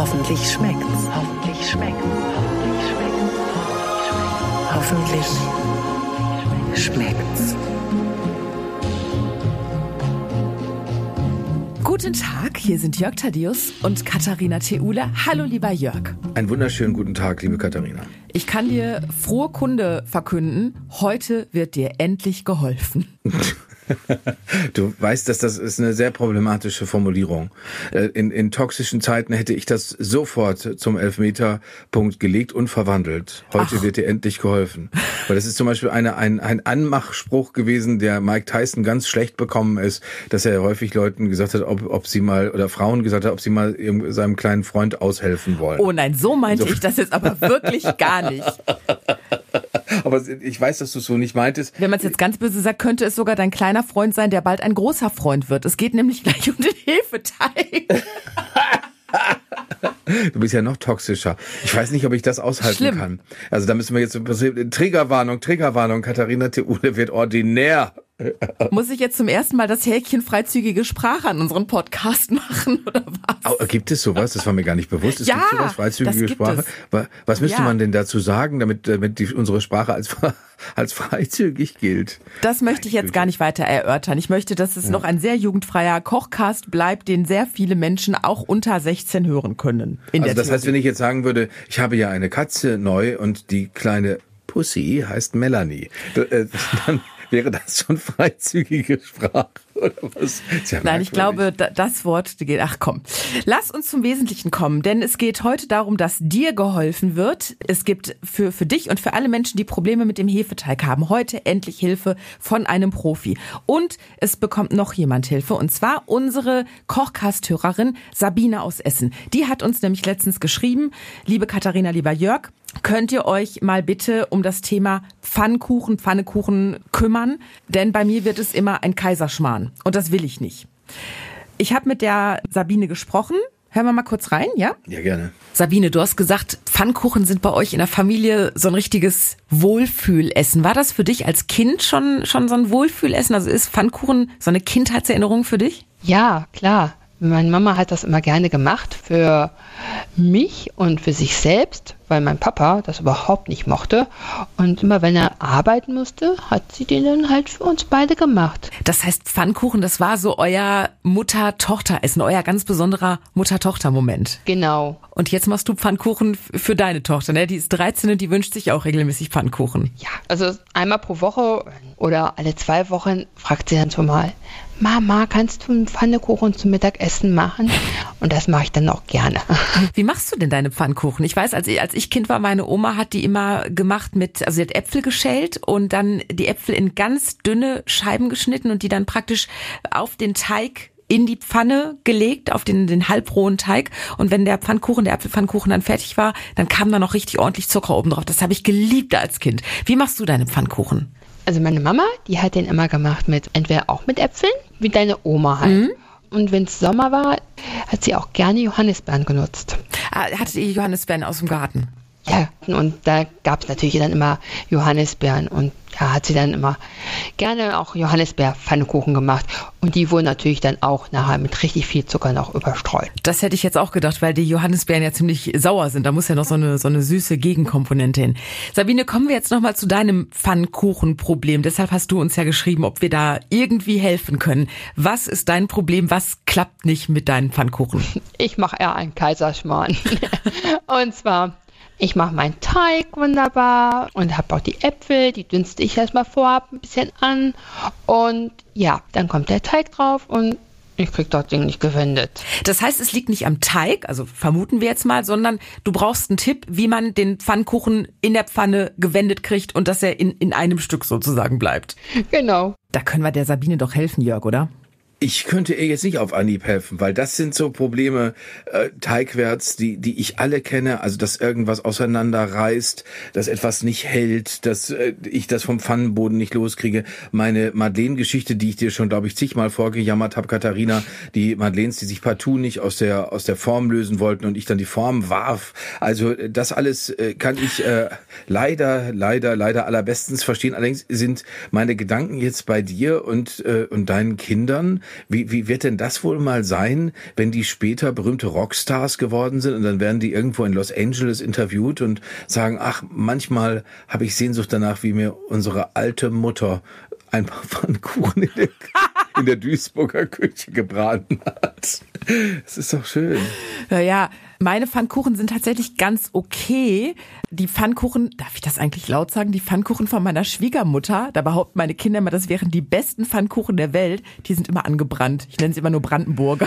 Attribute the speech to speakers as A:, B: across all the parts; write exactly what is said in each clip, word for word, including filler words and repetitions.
A: Hoffentlich schmeckt's. Hoffentlich schmeckt's. Hoffentlich schmeckt's. Hoffentlich schmeckt's.
B: Guten Tag, hier sind Jörg Thaddeus und Katharina Theule. Hallo, lieber Jörg.
C: Einen wunderschönen guten Tag, liebe Katharina.
B: Ich kann dir frohe Kunde verkünden, heute wird dir endlich geholfen.
C: Du weißt, dass das ist eine sehr problematische Formulierung. In, in toxischen Zeiten hätte ich das sofort zum Elfmeterpunkt gelegt und verwandelt. Heute Ach. wird dir endlich geholfen. Weil das ist zum Beispiel eine, ein, ein Anmachspruch gewesen, der Mike Tyson ganz schlecht bekommen ist, dass er häufig Leuten gesagt hat, ob, ob sie mal, oder Frauen gesagt hat, ob sie mal ihrem, seinem kleinen Freund aushelfen wollen.
B: Oh nein, so meinte so. ich das jetzt aber wirklich gar nicht.
C: Aber ich weiß, dass du es so nicht meintest.
B: Wenn man es jetzt ganz böse sagt, könnte es sogar dein kleiner Freund sein, der bald ein großer Freund wird. Es geht nämlich gleich um den Hefeteig.
C: Du bist ja noch toxischer. Ich weiß nicht, ob ich das aushalten
B: Schlimm.
C: kann. Also da müssen wir jetzt Triggerwarnung, Triggerwarnung. Katharina Theule wird ordinär.
B: Muss ich jetzt zum ersten Mal das Häkchen freizügige Sprache an unseren Podcast machen, oder was?
C: Oh, gibt es sowas? Das war mir gar nicht bewusst. Es
B: ja,
C: gibt sowas, freizügige
B: das
C: Sprache.
B: Es.
C: Was müsste
B: ja.
C: man denn dazu sagen, damit, damit die, unsere Sprache als, als freizügig gilt?
B: Das möchte ich jetzt gar nicht weiter erörtern. Ich möchte, dass es ja. noch ein sehr jugendfreier Kochcast bleibt, den sehr viele Menschen auch unter sechzehn hören können. In
C: also
B: der
C: das Theorie. Heißt, wenn ich jetzt sagen würde, ich habe ja eine Katze neu und die kleine Pussy heißt Melanie, dann wäre das schon freizügige Sprache oder was? Ja,
B: nein, ich glaube, das Wort geht. Ach komm, lass uns zum Wesentlichen kommen, denn es geht heute darum, dass dir geholfen wird. Es gibt für für dich und für alle Menschen, die Probleme mit dem Hefeteig haben, heute endlich Hilfe von einem Profi. Und es bekommt noch jemand Hilfe, und zwar unsere Kochcast-Hörerin Sabine aus Essen. Die hat uns nämlich letztens geschrieben: Liebe Katharina, lieber Jörg, könnt ihr euch mal bitte um das Thema Pfannkuchen, Pfannekuchen kümmern? Denn bei mir wird es immer ein Kaiserschmarrn. Und das will ich nicht. Ich habe mit der Sabine gesprochen. Hören wir mal kurz rein, ja?
C: Ja, gerne.
B: Sabine, du hast gesagt, Pfannkuchen sind bei euch in der Familie so ein richtiges Wohlfühlessen. War das für dich als Kind schon, schon so ein Wohlfühlessen? Also ist Pfannkuchen so eine Kindheitserinnerung für dich?
D: Ja, klar. Meine Mama hat das immer gerne gemacht für mich und für sich selbst, weil mein Papa das überhaupt nicht mochte. Und immer wenn er arbeiten musste, hat sie den dann halt für uns beide gemacht.
B: Das heißt, Pfannkuchen, das war so euer Mutter-Tochter-Essen, euer ganz besonderer Mutter-Tochter-Moment.
D: Genau.
B: Und jetzt machst du Pfannkuchen für deine Tochter, ne? Die ist dreizehn und die wünscht sich auch regelmäßig Pfannkuchen.
D: Ja, also einmal pro Woche oder alle zwei Wochen fragt sie dann schon mal: Mama, kannst du einen Pfannkuchen zum Mittagessen machen? Und das mache ich dann auch gerne.
B: Wie machst du denn deine Pfannkuchen? Ich weiß, als ich, als ich Kind war, meine Oma hat die immer gemacht mit, also sie hat Äpfel geschält und dann die Äpfel in ganz dünne Scheiben geschnitten und die dann praktisch auf den Teig in die Pfanne gelegt, auf den, den halbrohen Teig. Und wenn der Pfannkuchen, der Apfelpfannkuchen dann fertig war, dann kam da noch richtig ordentlich Zucker oben drauf. Das habe ich geliebt als Kind. Wie machst du deine Pfannkuchen?
D: Also meine Mama, die hat den immer gemacht mit, entweder auch mit Äpfeln, wie deine Oma halt. Mhm. Und wenn es Sommer war, hat sie auch gerne Johannisbeeren genutzt.
B: Ah, hattet ihr Johannisbeeren aus dem Garten?
D: Ja, und da gab es natürlich dann immer Johannisbeeren und da hat sie dann immer gerne auch Johannisbeer-Pfannkuchen gemacht und die wurden natürlich dann auch nachher mit richtig viel Zucker noch überstreut.
B: Das hätte ich jetzt auch gedacht, weil die Johannisbeeren ja ziemlich sauer sind. Da muss ja noch so eine so eine süße Gegenkomponente hin. Sabine, kommen wir jetzt nochmal zu deinem Pfannkuchenproblem. Deshalb hast du uns ja geschrieben, ob wir da irgendwie helfen können. Was ist dein Problem? Was klappt nicht mit deinen Pfannkuchen?
D: Ich mache eher einen Kaiserschmarrn. Und zwar: Ich mache meinen Teig wunderbar und habe auch die Äpfel, die dünste ich erstmal vorab ein bisschen an. Und ja, dann kommt der Teig drauf und ich kriege das Ding nicht gewendet.
B: Das heißt, es liegt nicht am Teig, also vermuten wir jetzt mal, sondern du brauchst einen Tipp, wie man den Pfannkuchen in der Pfanne gewendet kriegt und dass er in, in einem Stück sozusagen bleibt.
D: Genau.
B: Da können wir der Sabine doch helfen, Jörg, oder?
C: Ich könnte ihr jetzt nicht auf Anhieb helfen, weil das sind so Probleme äh, teigwärts, die die ich alle kenne. Also dass irgendwas auseinanderreißt, dass etwas nicht hält, dass äh, ich das vom Pfannenboden nicht loskriege. Meine Madeleine-Geschichte, die ich dir schon, glaube ich, zigmal vorgejammert habe, Katharina, die Madeleines, die sich partout nicht aus der aus der Form lösen wollten und ich dann die Form warf. Also das alles äh, kann ich äh, leider, leider, leider allerbestens verstehen. Allerdings sind meine Gedanken jetzt bei dir und äh, und deinen Kindern. wie, wie wird denn das wohl mal sein, wenn die später berühmte Rockstars geworden sind und dann werden die irgendwo in Los Angeles interviewt und sagen, ach, manchmal habe ich Sehnsucht danach, wie mir unsere alte Mutter ein paar Pfannkuchen in der, in der Duisburger Küche gebraten hat. Das ist doch schön.
B: Naja, meine Pfannkuchen sind tatsächlich ganz okay. Die Pfannkuchen, darf ich das eigentlich laut sagen? Die Pfannkuchen von meiner Schwiegermutter, da behaupten meine Kinder immer, das wären die besten Pfannkuchen der Welt. Die sind immer angebrannt. Ich nenne sie immer nur Brandenburger.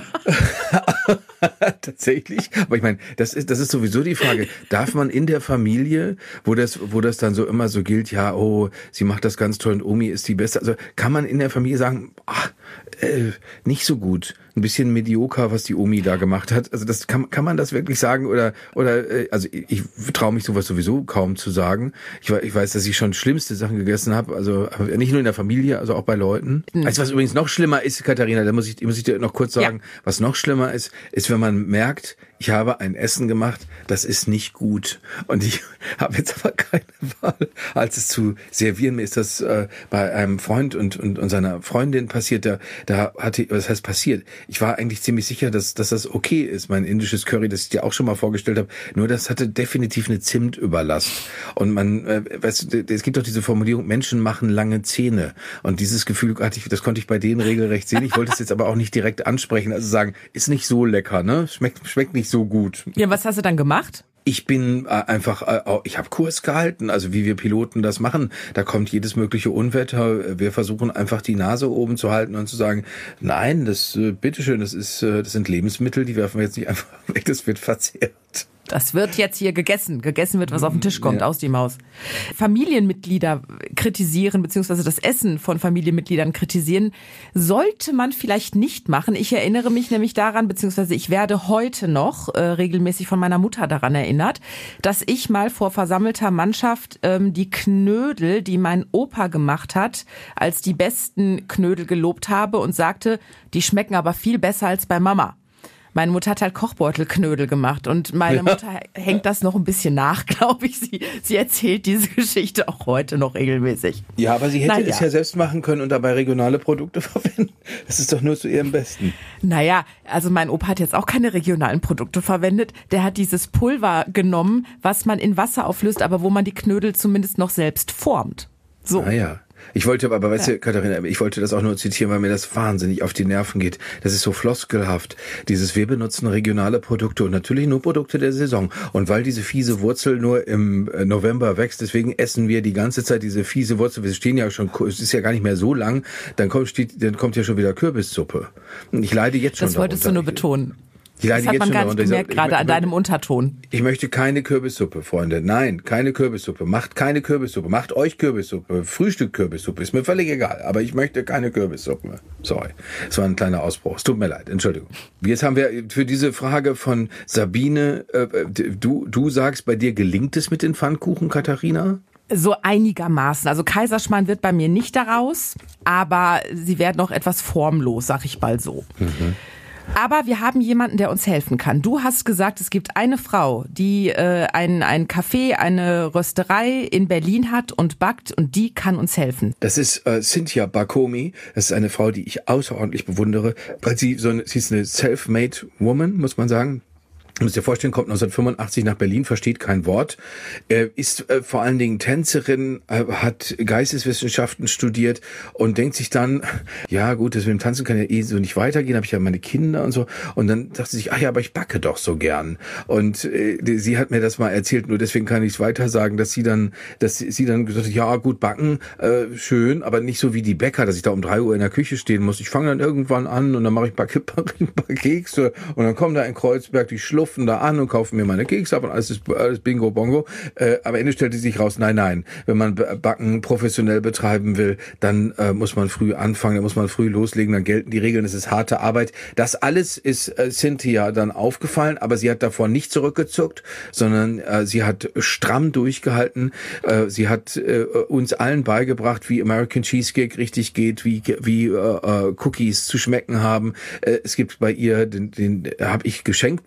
C: Tatsächlich. Aber ich meine, das ist, das ist sowieso die Frage. Darf man in der Familie, wo das, wo das dann so immer so gilt, ja, oh, sie macht das ganz toll und Omi ist die Beste. Also kann man in der Familie sagen, ach, äh, nicht so gut. Ein bisschen medioker, was die Omi da gemacht hat. Also das kann, kann man das wirklich sagen oder, oder, äh, also ich, ich traue mich sowas sowieso kaum zu sagen. Ich, ich weiß, dass ich schon schlimmste Sachen gegessen habe. Also nicht nur in der Familie, also auch bei Leuten. Mhm. Also was übrigens noch schlimmer ist, Katharina, da muss ich, muss ich dir noch kurz sagen, ja. Was noch schlimmer ist, ist, wenn man merkt, ich habe ein Essen gemacht, das ist nicht gut. Und ich habe jetzt aber keine Wahl, als es zu servieren. Mir ist das äh, bei einem Freund und, und, und seiner Freundin passiert. Da, da hatte, was heißt passiert? Ich war eigentlich ziemlich sicher, dass, dass das okay ist, mein indisches Curry, das ich dir auch schon mal vorgestellt habe. Nur das hatte definitiv eine Zimtüberlast. Und man, äh, weißt du, es gibt doch diese Formulierung, Menschen machen lange Zähne. Und dieses Gefühl hatte ich, das konnte ich bei denen regelrecht sehen. Ich wollte es jetzt aber auch nicht direkt ansprechen. Also sagen, ist nicht so lecker, ne? Schmeckt, schmeckt nicht so gut.
B: Ja, was hast du dann gemacht?
C: Ich bin äh, einfach, äh, ich habe Kurs gehalten, also wie wir Piloten das machen. Da kommt jedes mögliche Unwetter. Wir versuchen einfach die Nase oben zu halten und zu sagen, nein, das, äh, bitteschön, das ist, äh, das sind Lebensmittel, die werfen wir jetzt nicht einfach weg, das wird verzehrt.
B: Das wird jetzt hier gegessen. Gegessen wird, was auf den Tisch kommt, ja. Aus die Maus. Familienmitglieder kritisieren, beziehungsweise das Essen von Familienmitgliedern kritisieren, sollte man vielleicht nicht machen. Ich erinnere mich nämlich daran, beziehungsweise ich werde heute noch äh, regelmäßig von meiner Mutter daran erinnert, dass ich mal vor versammelter Mannschaft ähm, die Knödel, die mein Opa gemacht hat, als die besten Knödel gelobt habe und sagte, die schmecken aber viel besser als bei Mama. Meine Mutter hat halt Kochbeutelknödel gemacht und meine Mutter ja. hängt das noch ein bisschen nach, glaube ich. Sie, sie erzählt diese Geschichte auch heute noch regelmäßig.
C: Ja, aber sie hätte
B: naja.
C: es ja selbst machen können und dabei regionale Produkte verwenden. Das ist doch nur zu ihrem Besten.
B: Naja, also mein Opa hat jetzt auch keine regionalen Produkte verwendet. Der hat dieses Pulver genommen, was man in Wasser auflöst, aber wo man die Knödel zumindest noch selbst formt. So.
C: Ah ja. Ich wollte aber, weißt ja. du, Katharina, ich wollte das auch nur zitieren, weil mir das wahnsinnig auf die Nerven geht. Das ist so floskelhaft. Dieses, wir benutzen regionale Produkte und natürlich nur Produkte der Saison. Und weil diese fiese Wurzel nur im November wächst, deswegen essen wir die ganze Zeit diese fiese Wurzel. Wir stehen ja schon, es ist ja gar nicht mehr so lang, dann kommt, steht, dann kommt ja schon wieder Kürbissuppe. Und ich leide jetzt schon
B: Das wolltest darunter. Du nur betonen.
C: Ich
B: das hat man gar nicht gemerkt,
C: ich,
B: gerade
C: ich,
B: an deinem Unterton.
C: Ich möchte keine Kürbissuppe, Freunde. Nein, keine Kürbissuppe. Macht keine Kürbissuppe. Macht euch Kürbissuppe. Frühstück Kürbissuppe. Ist mir völlig egal. Aber ich möchte keine Kürbissuppe. Sorry. Das war ein kleiner Ausbruch. Es tut mir leid. Entschuldigung. Jetzt haben wir für diese Frage von Sabine, äh, du, du sagst, bei dir gelingt es mit den Pfannkuchen, Katharina?
B: So einigermaßen. Also Kaiserschmarrn wird bei mir nicht daraus, aber sie werden auch etwas formlos, sag ich mal so. Mhm. Aber wir haben jemanden, der uns helfen kann. Du hast gesagt, es gibt eine Frau, die äh, ein, ein Café, eine Rösterei in Berlin hat und backt und die kann uns helfen.
C: Das ist äh, Cynthia Bakomi. Das ist eine Frau, die ich außerordentlich bewundere, weil sie so eine, sie ist eine self-made woman, muss man sagen. Du musst dir vorstellen, kommt neunzehnhundertfünfundachtzig nach Berlin, versteht kein Wort, äh, ist äh, vor allen Dingen Tänzerin, äh, hat Geisteswissenschaften studiert und denkt sich dann, ja gut, das mit dem Tanzen kann ja eh so nicht weitergehen, habe ich ja meine Kinder und so. Und dann dachte sie sich, ach ja, aber ich backe doch so gern. Und äh, die, sie hat mir das mal erzählt, nur deswegen kann ich es weiter sagen, dass sie dann, dass sie, sie dann gesagt hat, ja gut, backen, äh, schön, aber nicht so wie die Bäcker, dass ich da um drei Uhr in der Küche stehen muss. Ich fange dann irgendwann an und dann mache ich ein paar, ein paar Kekse und dann kommen da in Kreuzberg die Schlucht da an und kaufen mir meine Kekse ab und alles ist alles Bingo Bongo. Äh, am Ende stellte sich raus, nein, nein, wenn man Backen professionell betreiben will, dann äh, muss man früh anfangen, dann muss man früh loslegen, dann gelten die Regeln, es ist harte Arbeit. Das alles ist äh, Cynthia dann aufgefallen, aber sie hat davor nicht zurückgezuckt, sondern äh, sie hat stramm durchgehalten. Äh, sie hat äh, uns allen beigebracht, wie American Cheesecake richtig geht, wie wie äh, Cookies zu schmecken haben. Äh, es gibt bei ihr, den, den habe ich geschenkt bekommen,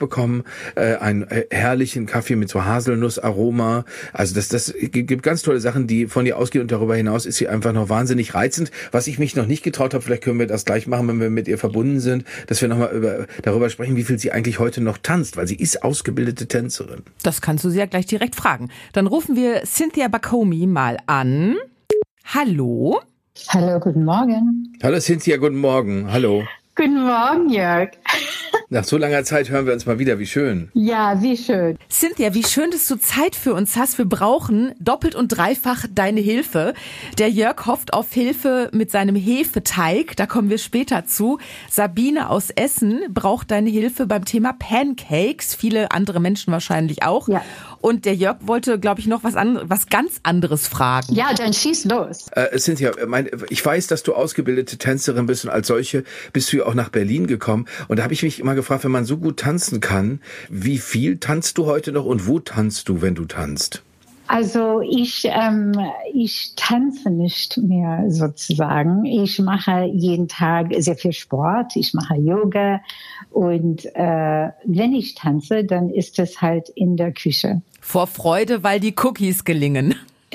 C: äh, einen äh, herrlichen Kaffee mit so Haselnussaroma. Also das, das gibt ganz tolle Sachen, die von ihr ausgehen und darüber hinaus ist sie einfach noch wahnsinnig reizend. Was ich mich noch nicht getraut habe, vielleicht können wir das gleich machen, wenn wir mit ihr verbunden sind, dass wir nochmal über, darüber sprechen, wie viel sie eigentlich heute noch tanzt, weil sie ist ausgebildete Tänzerin.
B: Das kannst du sie ja gleich direkt fragen. Dann rufen wir Cynthia Bakomi mal an. Hallo?
E: Hallo, guten Morgen.
C: Hallo Cynthia, guten Morgen. Hallo.
E: Guten Morgen, Jörg.
C: Nach so langer Zeit hören wir uns mal wieder. Wie schön.
E: Ja, wie schön.
B: Cynthia, wie schön, dass du Zeit für uns hast. Wir brauchen doppelt und dreifach deine Hilfe. Der Jörg hofft auf Hilfe mit seinem Hefeteig. Da kommen wir später zu. Sabine aus Essen braucht deine Hilfe beim Thema Pancakes. Viele andere Menschen wahrscheinlich auch.
E: Ja.
B: Und der Jörg wollte, glaube ich, noch was, an, was ganz anderes fragen.
E: Ja, dann schieß los.
C: Äh, Cynthia, mein, ich weiß, dass du ausgebildete Tänzerin bist und als solche bist du ja auch nach Berlin gekommen. Und da habe ich mich immer gefragt, wenn man so gut tanzen kann, wie viel tanzt du heute noch und wo tanzt du, wenn du tanzt?
E: Also ich, ähm, ich tanze nicht mehr sozusagen. Ich mache jeden Tag sehr viel Sport. Ich mache Yoga und äh, wenn ich tanze, dann ist es halt in der Küche.
B: Vor Freude, weil die Cookies gelingen.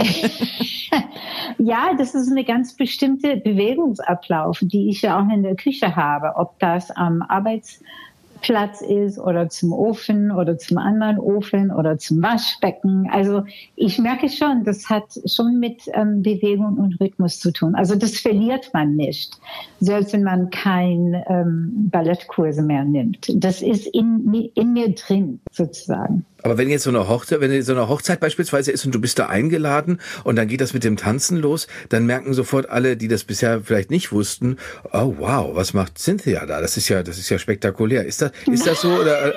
E: Ja, das ist eine ganz bestimmte Bewegungsablauf, die ich ja auch in der Küche habe. Ob das am Arbeitsplatz ist oder zum Ofen oder zum anderen Ofen oder zum Waschbecken. Also ich merke schon, das hat schon mit ähm, Bewegung und Rhythmus zu tun. Also das verliert man nicht, selbst wenn man keine ähm, Ballettkurse mehr nimmt. Das ist in, in mir drin sozusagen.
C: Aber wenn jetzt so eine Hochzeit, wenn jetzt so eine Hochzeit beispielsweise ist und du bist da eingeladen und dann geht das mit dem Tanzen los, dann merken sofort alle, die das bisher vielleicht nicht wussten, oh wow, was macht Cynthia da? Das ist ja, das ist ja spektakulär. Ist das, ist das so oder?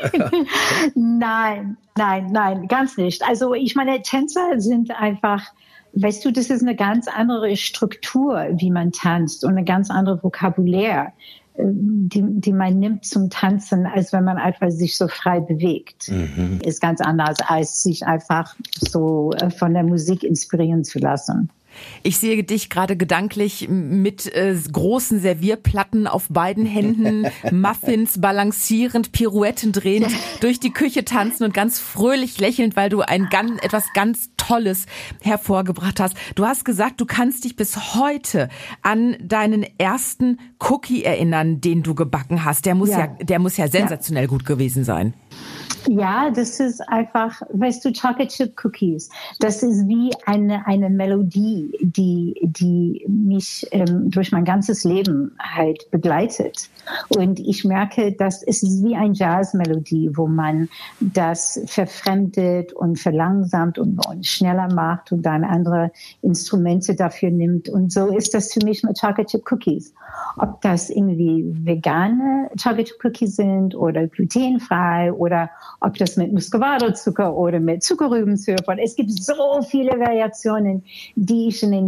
E: Nein, nein, nein, ganz nicht. Also ich meine, Tänzer sind einfach, weißt du, das ist eine ganz andere Struktur, wie man tanzt und eine ganz andere Vokabulär, die, die man nimmt zum Tanzen, als wenn man einfach sich so frei bewegt. Mhm. Ist ganz anders, als sich einfach so von der Musik inspirieren zu lassen.
B: Ich sehe dich gerade gedanklich mit äh, großen Servierplatten auf beiden Händen, Muffins balancierend, Pirouetten drehend, durch die Küche tanzen und ganz fröhlich lächelnd, weil du ein ganz, etwas ganz Tolles hervorgebracht hast. Du hast gesagt, du kannst dich bis heute an deinen ersten Cookie erinnern, den du gebacken hast. Der muss ja, ja der muss ja sensationell ja. gut gewesen sein.
E: Ja, das ist einfach, weißt du, Chocolate Chip Cookies. Das ist wie eine eine Melodie, die die mich ähm, durch mein ganzes Leben halt begleitet. Und ich merke, dass es ist wie ein Jazzmelodie, wo man das verfremdet und verlangsamt und, und schneller macht und dann andere Instrumente dafür nimmt. Und so ist das für mich mit Chocolate Chip Cookies. Ob das irgendwie vegane Chocolate Chip Cookies sind oder glutenfrei oder ob das mit Muscovado-Zucker oder mit Zuckerrübensirup. Es gibt so viele Variationen, die ich in den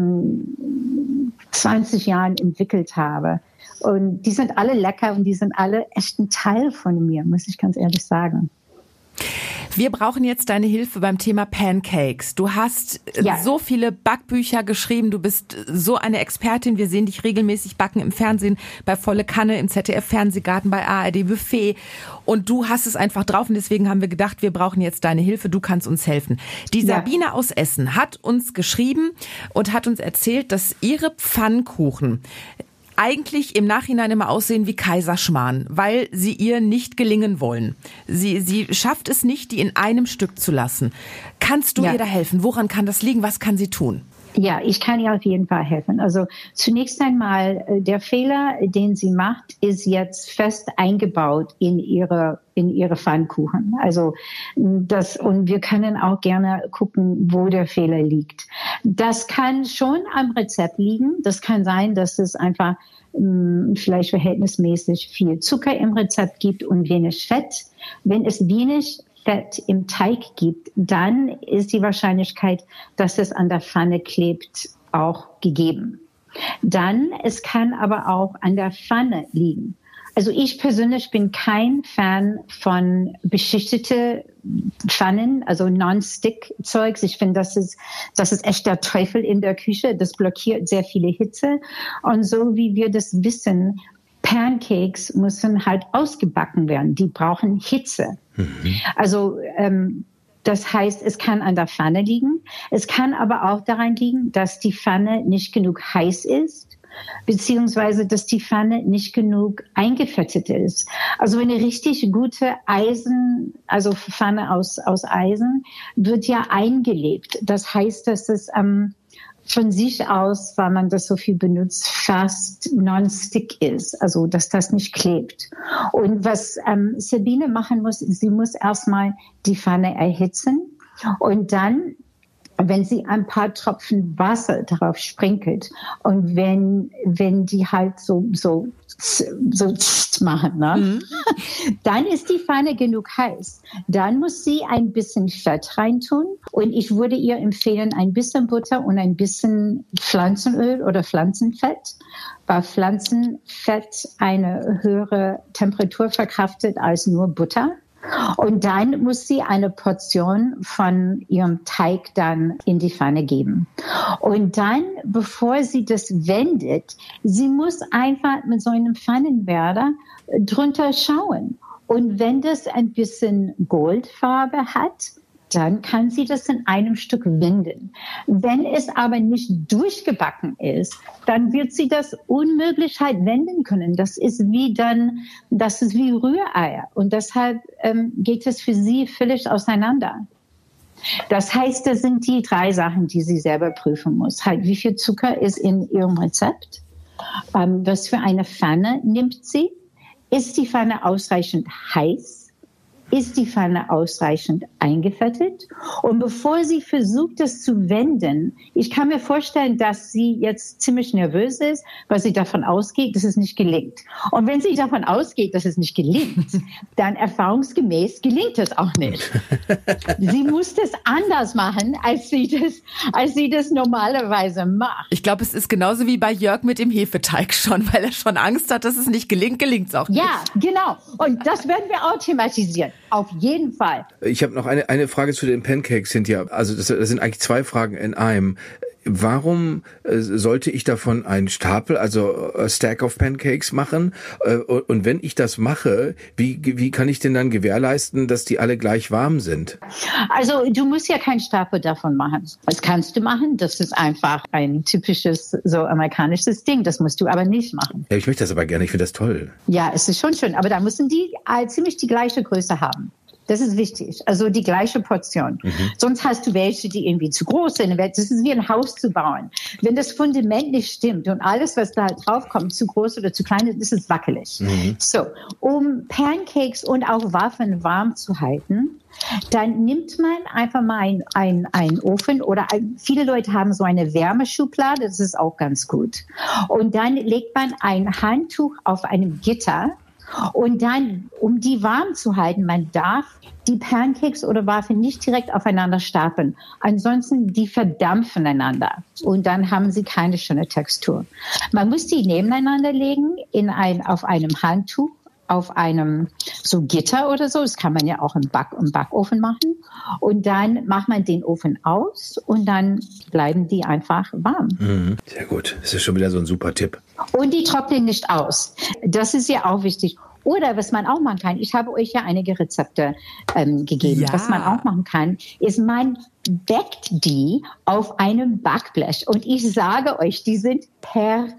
E: letzten zwanzig Jahren entwickelt habe. Und die sind alle lecker und die sind alle echt ein Teil von mir, muss ich ganz ehrlich sagen.
B: Wir brauchen jetzt deine Hilfe beim Thema Pancakes. Du hast ja. so viele Backbücher geschrieben, du bist so eine Expertin. Wir sehen dich regelmäßig backen im Fernsehen, bei Volle Kanne, im Z D F-Fernsehgarten, bei A R D Buffet. Und du hast es einfach drauf und deswegen haben wir gedacht, wir brauchen jetzt deine Hilfe, du kannst uns helfen. Die ja. Sabine aus Essen hat uns geschrieben und hat uns erzählt, dass ihre Pfannkuchen eigentlich im Nachhinein immer aussehen wie Kaiserschmarrn, weil sie ihr nicht gelingen wollen. Sie, sie schafft es nicht, die in einem Stück zu lassen. Kannst du ja. ihr da helfen? Woran kann das liegen? Was kann sie tun?
E: Ja, ich kann ihr auf jeden Fall helfen. Also zunächst einmal, der Fehler, den sie macht, ist jetzt fest eingebaut in ihre in ihre Pfannkuchen. Also das, und wir können auch gerne gucken, wo der Fehler liegt. Das kann schon am Rezept liegen. Das kann sein, dass es einfach mh, vielleicht verhältnismäßig viel Zucker im Rezept gibt und wenig Fett. Wenn es wenig Fett im Teig gibt, dann ist die Wahrscheinlichkeit, dass es an der Pfanne klebt, auch gegeben. Dann, es kann aber auch an der Pfanne liegen. Also ich persönlich bin kein Fan von beschichtete Pfannen, also Non-Stick-Zeugs. Ich finde, das ist, das ist echt der Teufel in der Küche. Das blockiert sehr viele Hitze. Und so wie wir das wissen, Pancakes müssen halt ausgebacken werden. Die brauchen Hitze. Mhm. Also ähm, das heißt, es kann an der Pfanne liegen. Es kann aber auch daran liegen, dass die Pfanne nicht genug heiß ist, beziehungsweise dass die Pfanne nicht genug eingefettet ist. Also eine richtig gute Eisen, also Pfanne aus, aus Eisen, wird ja eingelebt. Das heißt, dass es ähm, von sich aus, weil man das so viel benutzt, fast non-stick ist, also dass das nicht klebt. Und was ähm, Sabine machen muss, sie muss erstmal die Pfanne erhitzen und dann, wenn sie ein paar Tropfen Wasser darauf sprinkelt und wenn wenn die halt so so so machen, ne? Mhm. Dann ist die Pfanne genug heiß. Dann muss sie ein bisschen Fett reintun und ich würde ihr empfehlen ein bisschen Butter und ein bisschen Pflanzenöl oder Pflanzenfett, weil Pflanzenfett eine höhere Temperatur verkraftet als nur Butter. Und dann muss sie eine Portion von ihrem Teig dann in die Pfanne geben. Und dann, bevor sie das wendet, sie muss einfach mit so einem Pfannenwerder drunter schauen. Und wenn das ein bisschen Goldfarbe hat, dann kann sie das in einem Stück wenden. Wenn es aber nicht durchgebacken ist, dann wird sie das unmöglich halt wenden können. Das ist wie dann, das ist wie Rühreier. Und deshalb ähm, geht es für sie völlig auseinander. Das heißt, das sind die drei Sachen, die sie selber prüfen muss. Halt, wie viel Zucker ist in ihrem Rezept? Ähm, was für eine Pfanne nimmt sie? Ist die Pfanne ausreichend heiß? Ist die Pfanne ausreichend eingefettet? Und bevor sie versucht, das zu wenden, ich kann mir vorstellen, dass sie jetzt ziemlich nervös ist, weil sie davon ausgeht, dass es nicht gelingt. Und wenn sie davon ausgeht, dass es nicht gelingt, dann erfahrungsgemäß gelingt es auch nicht. Sie muss das anders machen, als sie das, als sie das normalerweise macht.
B: Ich glaube, es ist genauso wie bei Jörg mit dem Hefeteig schon, weil er schon Angst hat, dass es nicht gelingt, gelingt es auch nicht.
E: Ja, genau. Und das werden wir auch thematisieren. Auf jeden Fall.
C: Ich habe noch eine, eine Frage zu den Pancakes, Cynthia. Also das, das sind eigentlich zwei Fragen in einem. Warum äh, sollte ich davon einen Stapel, also a Stack of Pancakes machen? Äh, und wenn ich das mache, wie, wie kann ich denn dann gewährleisten, dass die alle gleich warm sind?
E: Also du musst ja keinen Stapel davon machen. Das kannst du machen. Das ist einfach ein typisches so amerikanisches Ding. Das musst du aber nicht machen.
C: Ja, ich möchte das aber gerne. Ich finde das toll.
E: Ja, es ist schon schön. Aber da müssen die äh, ziemlich die gleiche Größe haben. Das ist wichtig. Also die gleiche Portion. Mhm. Sonst hast du welche, die irgendwie zu groß sind. Das ist wie ein Haus zu bauen. Wenn das Fundament nicht stimmt und alles, was da draufkommt, zu groß oder zu klein ist, ist es wackelig. Mhm. So, um Pancakes und auch Waffeln warm zu halten, dann nimmt man einfach mal einen ein, ein Ofen oder ein, viele Leute haben so eine Wärmeschublade, das ist auch ganz gut. Und dann legt man ein Handtuch auf einem Gitter. Und dann, um die warm zu halten, man darf die Pancakes oder Waffeln nicht direkt aufeinander stapeln. Ansonsten, die verdampfen einander. Und dann haben sie keine schöne Textur. Man muss die nebeneinander legen in ein, auf einem Handtuch, auf einem so Gitter oder so. Das kann man ja auch im, Back, im Backofen machen. Und dann macht man den Ofen aus und dann bleiben die einfach warm.
C: Mhm. Sehr gut. Das ist schon wieder so ein super Tipp.
E: Und die trocknen nicht aus. Das ist ja auch wichtig. Oder was man auch machen kann, ich habe euch ja einige Rezepte ähm, gegeben. Ja. Was man auch machen kann, ist, man backt die auf einem Backblech. Und ich sage euch, die sind perfekt.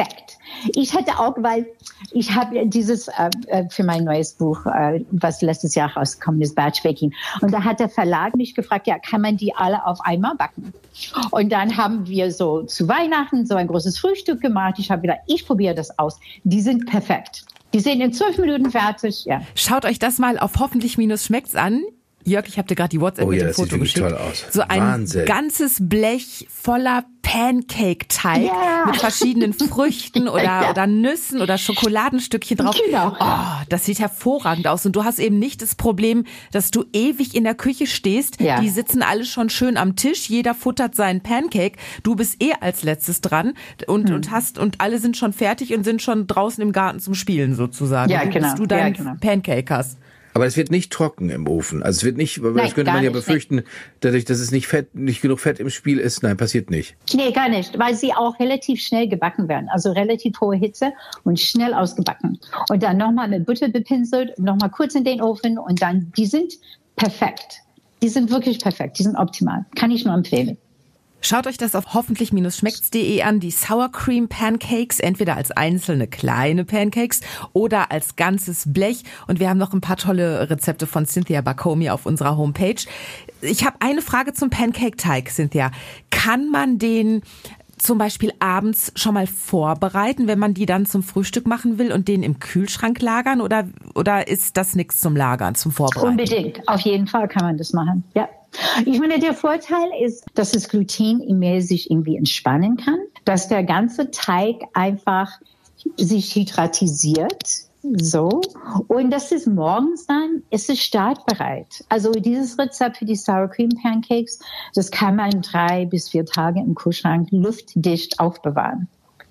E: Ich hatte auch, weil ich habe dieses äh, für mein neues Buch, äh, was letztes Jahr rausgekommen ist, Batch Baking. Und da hat der Verlag mich gefragt, ja, kann man die alle auf einmal backen? Und dann haben wir so zu Weihnachten so ein großes Frühstück gemacht. Ich habe gedacht, ich probiere das aus. Die sind perfekt. Die sind in zwölf Minuten fertig. Ja.
B: Schaut euch das mal auf hoffentlich-schmeckt's an. Jörg, ich habe dir gerade die WhatsApp
C: oh
B: mit
C: ja,
B: dem Foto geschickt.
C: Toll aus.
B: So ein
C: Wahnsinn.
B: ganzes Blech voller Pancake-Teig
E: ja.
B: mit verschiedenen Früchten oder, ja. oder Nüssen oder Schokoladenstückchen drauf.
E: Genau.
B: Oh, das sieht hervorragend aus. Und du hast eben nicht das Problem, dass du ewig in der Küche stehst.
E: Ja.
B: Die sitzen alle schon schön am Tisch. Jeder futtert seinen Pancake. Du bist eh als letztes dran und, hm. und hast, und alle sind schon fertig und sind schon draußen im Garten zum Spielen sozusagen.
E: Ja, genau.
B: Bis du deinen
E: ja, genau.
B: Pancake hast.
C: Aber es wird nicht trocken im Ofen. Also es wird nicht, weil
E: Nein,
C: das könnte man ja
E: nicht,
C: befürchten,
E: nicht.
C: dadurch, dass es nicht Fett, nicht genug Fett im Spiel ist. Nein, passiert nicht.
E: Nee, gar nicht, weil sie auch relativ schnell gebacken werden. Also relativ hohe Hitze und schnell ausgebacken. Und dann nochmal mit Butter bepinselt, nochmal kurz in den Ofen und dann, die sind perfekt. Die sind wirklich perfekt, die sind optimal. Kann ich nur empfehlen.
B: Schaut euch das auf hoffentlich schmeckt's punkt de an, die Sour Cream Pancakes, entweder als einzelne kleine Pancakes oder als ganzes Blech. Und wir haben noch ein paar tolle Rezepte von Cynthia Bacomi auf unserer Homepage. Ich habe eine Frage zum Pancake-Teig, Cynthia. Kann man den zum Beispiel abends schon mal vorbereiten, wenn man die dann zum Frühstück machen will und den im Kühlschrank lagern? Oder, oder ist das nichts zum Lagern, zum Vorbereiten?
E: Unbedingt, auf jeden Fall kann man das machen, ja. Ich meine, der Vorteil ist, dass das Gluten im Mehl sich irgendwie entspannen kann, dass der ganze Teig einfach sich hydratisiert, so. Und das ist morgens dann, ist es startbereit. Also dieses Rezept für die Sour Cream Pancakes, das kann man drei bis vier Tage im Kühlschrank luftdicht aufbewahren.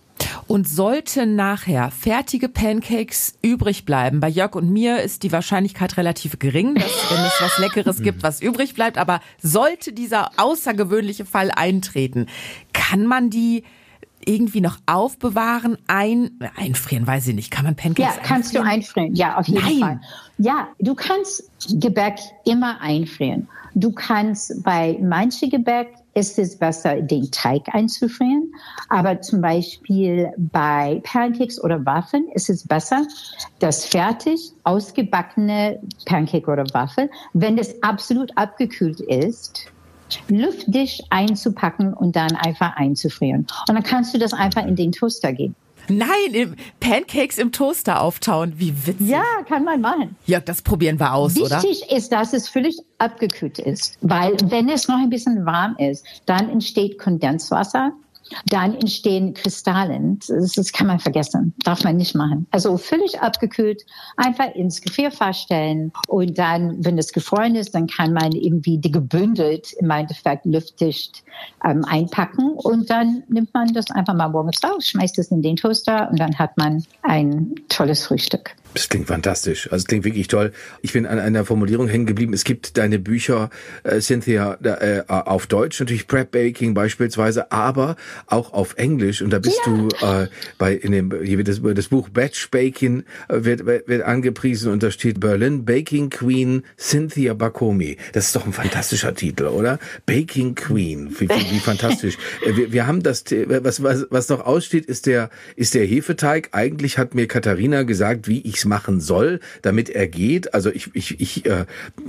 B: Und sollten nachher fertige Pancakes übrig bleiben, bei Jörg und mir ist die Wahrscheinlichkeit relativ gering, dass, wenn es was Leckeres gibt, was übrig bleibt, aber sollte dieser außergewöhnliche Fall eintreten, kann man die irgendwie noch aufbewahren, ein, einfrieren, weiß ich nicht, kann man Pancakes
E: Ja, kannst einfrieren? du einfrieren, ja, auf jeden
B: Nein.
E: Fall. Ja, du kannst Gebäck immer einfrieren. Du kannst bei manchen Gebäck ist es besser, den Teig einzufrieren. Aber zum Beispiel bei Pancakes oder Waffeln ist es besser, das fertig ausgebackene Pancake oder Waffel, wenn es absolut abgekühlt ist, luftdicht einzupacken und dann einfach einzufrieren. Und dann kannst du das einfach in den Toaster geben.
B: Nein, Pancakes im Toaster auftauen, wie witzig.
E: Ja, kann man machen.
B: Jörg, das probieren wir aus,
E: Wichtig
B: oder?
E: Wichtig ist, dass es völlig abgekühlt ist, weil wenn es noch ein bisschen warm ist, dann entsteht Kondenswasser, dann entstehen Kristallen. Das, das kann man vergessen, darf man nicht machen. Also völlig abgekühlt, einfach ins Gefrierfach stellen und dann, wenn es gefroren ist, dann kann man irgendwie die gebündelt im Endeffekt luftdicht ähm, einpacken und dann nimmt man das einfach mal morgens raus, schmeißt es in den Toaster und dann hat man ein tolles Frühstück.
C: Das klingt fantastisch. Also es klingt wirklich toll. Ich bin an einer Formulierung hängen geblieben. Es gibt deine Bücher, äh, Cynthia, äh, auf Deutsch, natürlich Prep Baking beispielsweise, aber auch auf Englisch. Und da bist ja. du äh, bei in dem hier wird das, das Buch Batch Baking äh, wird, wird angepriesen und da steht Berlin Baking Queen Cynthia Bacomi. Das ist doch ein fantastischer Titel, oder? Baking Queen, wie, wie, wie fantastisch. wir, wir haben das, was was was noch aussteht, ist der ist der Hefeteig. Eigentlich hat mir Katharina gesagt, wie ich machen soll, damit er geht. Also ich ich ich äh,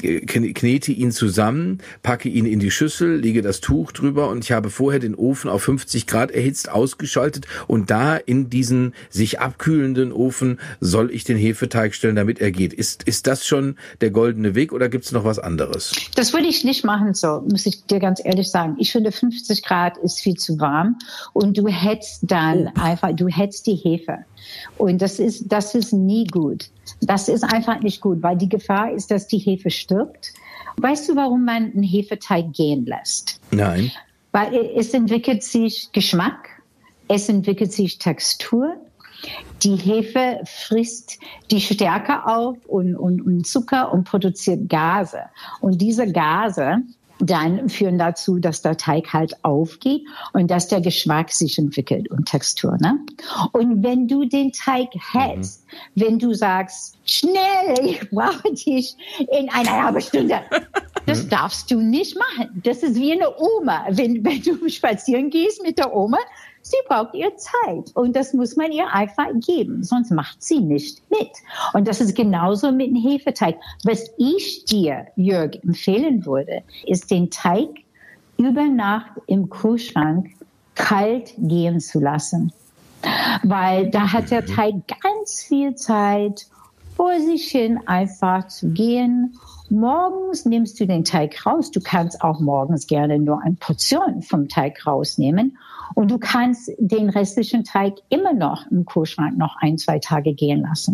C: knete ihn zusammen, packe ihn in die Schüssel, lege das Tuch drüber und ich habe vorher den Ofen auf fünfzig Grad erhitzt, ausgeschaltet und da in diesen sich abkühlenden Ofen soll ich den Hefeteig stellen, damit er geht. Ist ist das schon der goldene Weg oder gibt's noch was anderes?
E: Das würde ich nicht machen, so muss ich dir ganz ehrlich sagen. Ich finde fünfzig Grad ist viel zu warm und du hetzt dann oh. einfach, du hetzt die Hefe. Und das ist, das ist nie gut. Das ist einfach nicht gut, weil die Gefahr ist, dass die Hefe stirbt. Weißt du, warum man einen Hefeteig gehen lässt?
C: Nein.
E: Weil es entwickelt sich Geschmack, es entwickelt sich Textur. Die Hefe frisst die Stärke auf und, und, und Zucker und produziert Gase. Und diese Gase dann führen dazu, dass der Teig halt aufgeht und dass der Geschmack sich entwickelt und Textur. Ne? Und wenn du den Teig hältst, mhm. wenn du sagst, schnell, ich brauche dich in einer halben Stunde, das darfst du nicht machen. Das ist wie eine Oma. Wenn, wenn du spazieren gehst mit der Oma, sie braucht ihr Zeit und das muss man ihr einfach geben, sonst macht sie nicht mit. Und das ist genauso mit dem Hefeteig. Was ich dir, Jörg, empfehlen würde, ist den Teig über Nacht im Kühlschrank kalt gehen zu lassen. Weil da hat der Teig ganz viel Zeit, vor sich hin einfach zu gehen. Morgens nimmst du den Teig raus. Du kannst auch morgens gerne nur eine Portion vom Teig rausnehmen. Und du kannst den restlichen Teig immer noch im Kühlschrank noch ein, zwei Tage gehen lassen.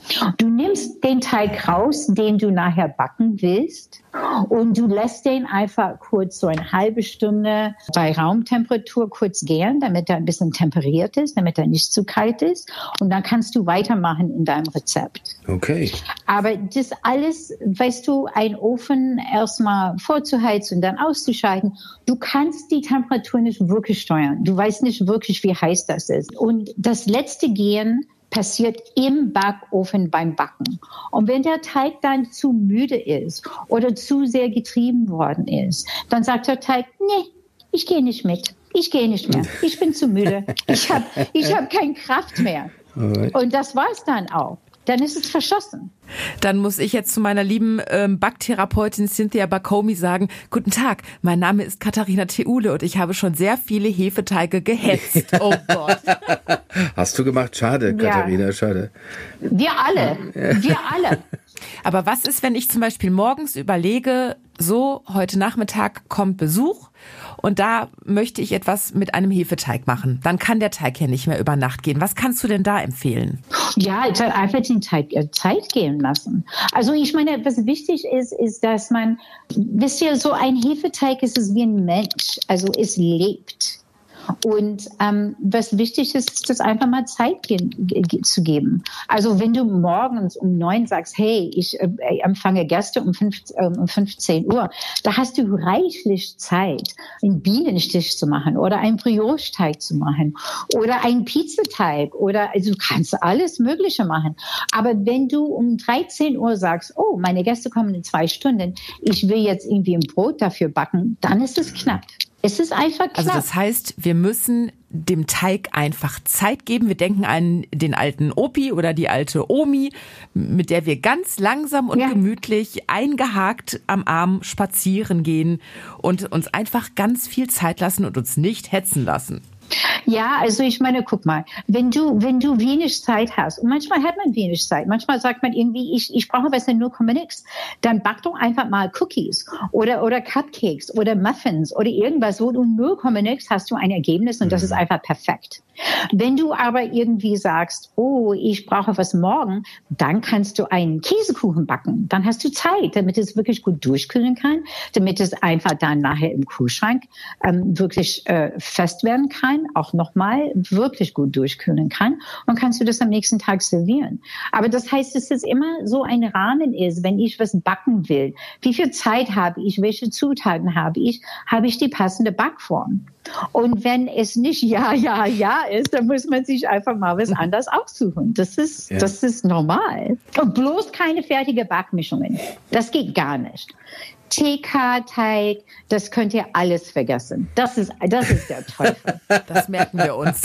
E: Du nimmst den Teig raus, den du nachher backen willst, und du lässt den einfach kurz so eine halbe Stunde bei Raumtemperatur kurz gären, damit er ein bisschen temperiert ist, damit er nicht zu kalt ist. Und dann kannst du weitermachen in deinem Rezept.
C: Okay.
E: Aber das alles, weißt du, einen Ofen erstmal vorzuheizen und dann auszuschalten, du kannst die Temperatur nicht wirklich steuern. Du weißt nicht wirklich, wie heiß das ist. Und das letzte Gären passiert im Backofen beim Backen. Und wenn der Teig dann zu müde ist oder zu sehr getrieben worden ist, dann sagt der Teig, nee, ich gehe nicht mit. Ich gehe nicht mehr. Ich bin zu müde. Ich habe ich hab keine Kraft mehr. Und das war es dann auch. Dann ist es verschossen.
B: Dann muss ich jetzt zu meiner lieben ähm, Backtherapeutin Cynthia Bacomi sagen, guten Tag, mein Name ist Katharina Theule und ich habe schon sehr viele Hefeteige gehetzt. Oh Gott.
C: Hast du gemacht? Schade,
E: Ja.
C: Katharina, schade.
E: Wir alle. Wir alle.
B: Aber was ist, wenn ich zum Beispiel morgens überlege, so, heute Nachmittag kommt Besuch und da möchte ich etwas mit einem Hefeteig machen. Dann kann der Teig ja nicht mehr über Nacht gehen. Was kannst du denn da empfehlen?
E: Ja, dann einfach den Teig äh, Zeit gehen lassen. Also ich meine, was wichtig ist, ist, dass man, wisst ihr, so ein Hefeteig ist es wie ein Mensch. Also es lebt. Und ähm, was wichtig ist, ist das einfach mal Zeit ge- ge- zu geben. Also wenn du morgens um neun sagst, hey, ich äh, empfange Gäste um, fünf, äh, um fünfzehn Uhr, da hast du reichlich Zeit, einen Bienenstich zu machen oder einen Brioche-Teig zu machen oder einen Pizzateig oder also du kannst alles Mögliche machen. Aber wenn du um dreizehn Uhr sagst, oh, meine Gäste kommen in zwei Stunden, ich will jetzt irgendwie ein Brot dafür backen, dann ist es knapp. Es ist einfach knapp.
B: Also das heißt, wir müssen dem Teig einfach Zeit geben. Wir denken an den alten Opi oder die alte Omi, mit der wir ganz langsam und
E: Ja.
B: gemütlich eingehakt am Arm spazieren gehen und uns einfach ganz viel Zeit lassen und uns nicht hetzen lassen.
E: Ja, also ich meine, guck mal, wenn du, wenn du wenig Zeit hast, und manchmal hat man wenig Zeit, manchmal sagt man irgendwie, ich, ich brauche was in null Komma nix, dann back doch einfach mal Cookies oder, oder Cupcakes oder Muffins oder irgendwas, wo du null Komma nix hast du ein Ergebnis und das ist einfach perfekt. Wenn du aber irgendwie sagst, oh, ich brauche was morgen, dann kannst du einen Käsekuchen backen. Dann hast du Zeit, damit es wirklich gut durchkühlen kann, damit es einfach dann nachher im Kühlschrank ähm, wirklich äh, fest werden kann, auch nochmal wirklich gut durchkühlen kann und kannst du das am nächsten Tag servieren. Aber das heißt, dass es immer so ein Rahmen ist, wenn ich was backen will. Wie viel Zeit habe ich? Welche Zutaten habe ich? Habe ich die passende Backform? Und wenn es nicht ja, ja, ja ist, dann muss man sich einfach mal was anderes aussuchen. Das ist,
C: Ja.
E: das ist normal. Und bloß keine fertige Backmischungen. Das geht gar nicht. T K-Teig, das könnt ihr alles vergessen. Das ist, das ist der Teufel.
B: Das merken wir uns.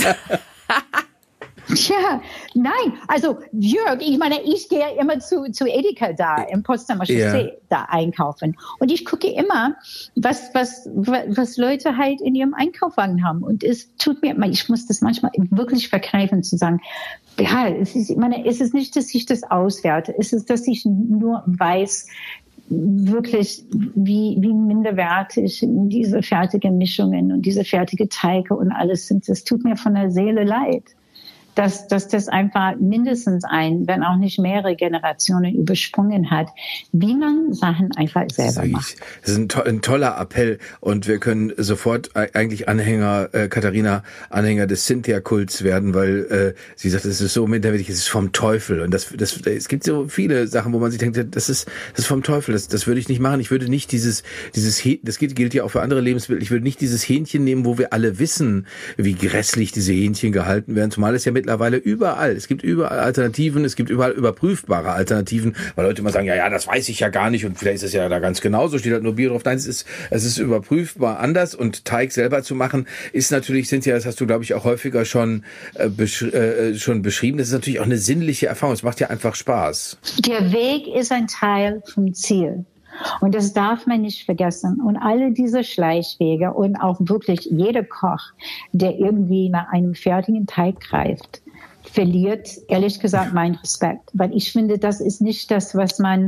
E: Tja, nein, also Jörg, ich meine, ich gehe immer zu, zu Edeka da im Potsdamer Chaussee
C: Ja.
E: da einkaufen und ich gucke immer, was, was, was Leute halt in ihrem Einkaufswagen haben und es tut mir, ich muss das manchmal wirklich verkneifen zu sagen, ja, es ist, ich meine, es ist nicht, dass ich das auswerte, es ist, dass ich nur weiß, wirklich, wie, wie minderwertig diese fertigen Mischungen und diese fertige Teige und alles sind. Das tut mir von der Seele leid. Dass, dass das einfach mindestens ein, wenn auch nicht mehrere Generationen übersprungen hat, wie man Sachen einfach selber macht.
C: Das ist ein, to- ein toller Appell und wir können sofort eigentlich Anhänger, äh, Katharina, Anhänger des Cynthia-Kults werden, weil äh, sie sagt, es ist so minderwertig, es ist vom Teufel und das, das, es gibt so viele Sachen, wo man sich denkt, das ist, das ist vom Teufel, das, das würde ich nicht machen. Ich würde nicht dieses, dieses, das gilt, gilt ja auch für andere Lebensmittel. Ich würde nicht dieses Hähnchen nehmen, wo wir alle wissen, wie grässlich diese Hähnchen gehalten werden, zumal es ja mit mittlerweile überall. Es gibt überall Alternativen, es gibt überall überprüfbare Alternativen, weil Leute immer sagen, ja, ja, das weiß ich ja gar nicht und vielleicht ist es ja da ganz genauso, steht halt nur Bier drauf. Nein, es ist, es ist überprüfbar anders und Teig selber zu machen ist natürlich, Cynthia, das hast du, glaube ich, auch häufiger schon, äh, besch- äh, schon beschrieben, das ist natürlich auch eine sinnliche Erfahrung. Es macht ja einfach Spaß.
E: Der Weg ist ein Teil vom Ziel. Und das darf man nicht vergessen. Und alle diese Schleichwege und auch wirklich jeder Koch, der irgendwie nach einem fertigen Teig greift, verliert, ehrlich gesagt, meinen Respekt. Weil ich finde, das ist nicht das, was man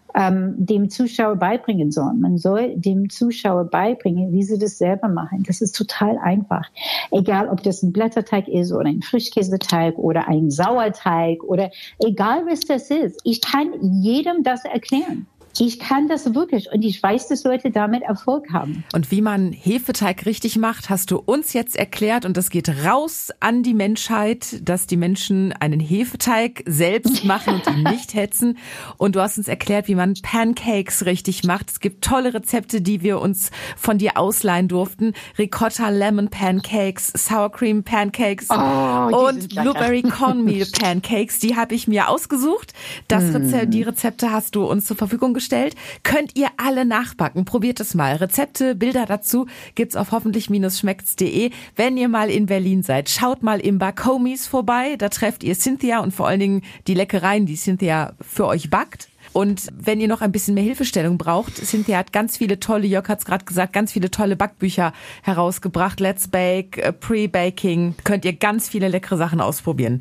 E: ähm, dem Zuschauer beibringen sollen. Man soll dem Zuschauer beibringen, wie sie das selber machen. Das ist total einfach. Egal, ob das ein Blätterteig ist oder ein Frischkäseteig oder ein Sauerteig oder egal, was das ist. Ich kann jedem das erklären. Ich kann das wirklich und ich weiß, dass Leute damit Erfolg haben.
B: Und wie man Hefeteig richtig macht, hast du uns jetzt erklärt und das geht raus an die Menschheit, dass die Menschen einen Hefeteig selbst machen und ihn nicht hetzen. Und du hast uns erklärt, wie man Pancakes richtig macht. Es gibt tolle Rezepte, die wir uns von dir ausleihen durften. Ricotta Lemon Pancakes, Sour Cream Pancakes
E: oh,
B: und Blueberry Cornmeal Pancakes. Die habe ich mir ausgesucht. Das Rezept, die Rezepte hast du uns zur Verfügung gestellt. Könnt ihr alle nachbacken. Probiert es mal. Rezepte, Bilder dazu gibt's auf hoffentlich schmeckts punkt de. Wenn ihr mal in Berlin seid, schaut mal im Back-Homies vorbei. Da trefft ihr Cynthia und vor allen Dingen die Leckereien, die Cynthia für euch backt. Und wenn ihr noch ein bisschen mehr Hilfestellung braucht, Cynthia hat ganz viele tolle, Jörg hat's gerade gesagt, ganz viele tolle Backbücher herausgebracht. Let's Bake, Pre-Baking. Könnt ihr ganz viele leckere Sachen ausprobieren.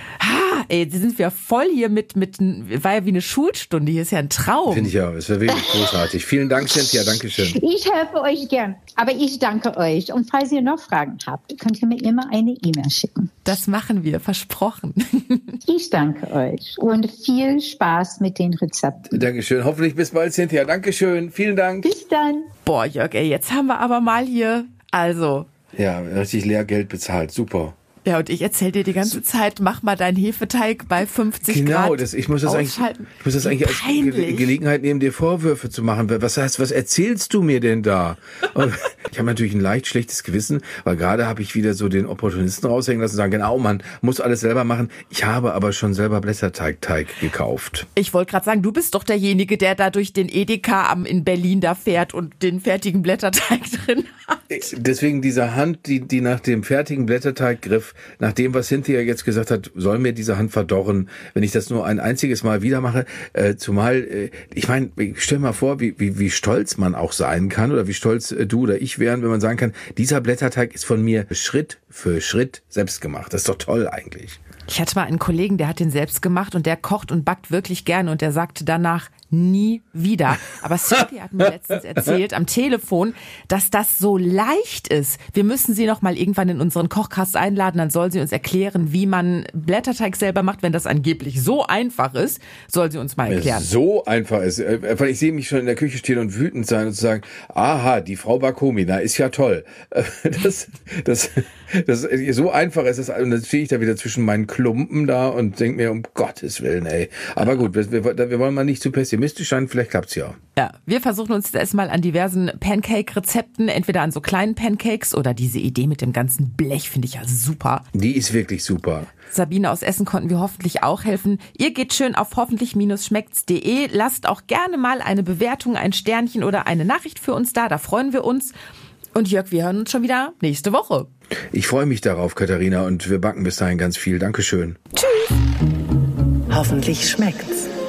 B: Ha, ey, jetzt sind wir voll hier mit, mit, war ja wie eine Schulstunde, hier ist ja ein Traum.
C: Finde ich auch, es war wirklich großartig. Vielen Dank, Cynthia, danke schön.
E: Ich helfe euch gern, aber ich danke euch. Und falls ihr noch Fragen habt, könnt ihr mir immer eine E-Mail schicken.
B: Das machen wir, versprochen.
E: Ich danke euch und viel Spaß mit den Rezepten.
C: Dankeschön, hoffentlich bis bald, Cynthia, Dankeschön, vielen Dank.
E: Bis dann.
B: Boah, Jörg, ey, jetzt haben wir aber mal hier, also.
C: Ja, richtig Lehrgeld bezahlt, super.
B: Ja, und ich erzähle dir die ganze Zeit, mach mal deinen Hefeteig bei fünfzig
C: genau,
B: Grad.
C: Genau, das, ich muss das eigentlich, ich muss das eigentlich als Ge- Gelegenheit nehmen, dir Vorwürfe zu machen. Was heißt, was erzählst du mir denn da? Und ich habe natürlich ein leicht schlechtes Gewissen, weil gerade habe ich wieder so den Opportunisten raushängen lassen und sagen, genau, man muss alles selber machen. Ich habe aber schon selber Blätterteig gekauft.
B: Ich wollte gerade sagen, du bist doch derjenige, der da durch den Edeka am, in Berlin da fährt und den fertigen Blätterteig drin hat.
C: Deswegen diese Hand, die, die nach dem fertigen Blätterteig griff, nach dem, was Cynthia jetzt gesagt hat, soll mir diese Hand verdorren, wenn ich das nur ein einziges Mal wieder mache. Äh, zumal, äh, ich meine, stell mal vor, wie, wie, wie stolz man auch sein kann oder wie stolz äh, du oder ich wären, wenn man sagen kann, dieser Blätterteig ist von mir Schritt für Schritt selbst gemacht. Das ist doch toll eigentlich.
B: Ich hatte mal einen Kollegen, der hat den selbst gemacht und der kocht und backt wirklich gerne und der sagte danach, nie wieder. Aber Cynthia hat mir letztens erzählt am Telefon, dass das so leicht ist. Wir müssen sie noch mal irgendwann in unseren Kochcast einladen, dann soll sie uns erklären, wie man Blätterteig selber macht. Wenn das angeblich so einfach ist, soll sie uns mal erklären.
C: So einfach ist. Weil ich sehe mich schon in der Küche stehen und wütend sein und zu sagen, aha, die Frau Bakomi, na, ist ja toll. Das, das, das, so einfach ist es. Und dann stehe ich da wieder zwischen meinen Klumpen da und denke mir, um Gottes Willen, ey. Aber gut, wir, wir wollen mal nicht zu pessimistisch sein, vielleicht klappt's ja.
B: Ja, wir versuchen uns erstmal an diversen Pancake-Rezepten, entweder an so kleinen Pancakes oder diese Idee mit dem ganzen Blech finde ich ja super.
C: Die ist wirklich super.
B: Sabine aus Essen konnten wir hoffentlich auch helfen. Ihr geht schön auf hoffentlich schmeckts punkt de. Lasst auch gerne mal eine Bewertung, ein Sternchen oder eine Nachricht für uns da, da freuen wir uns. Und Jörg, wir hören uns schon wieder nächste Woche.
C: Ich freue mich darauf, Katharina, und wir backen bis dahin ganz viel. Dankeschön.
B: Tschüss.
A: Hoffentlich schmeckt's.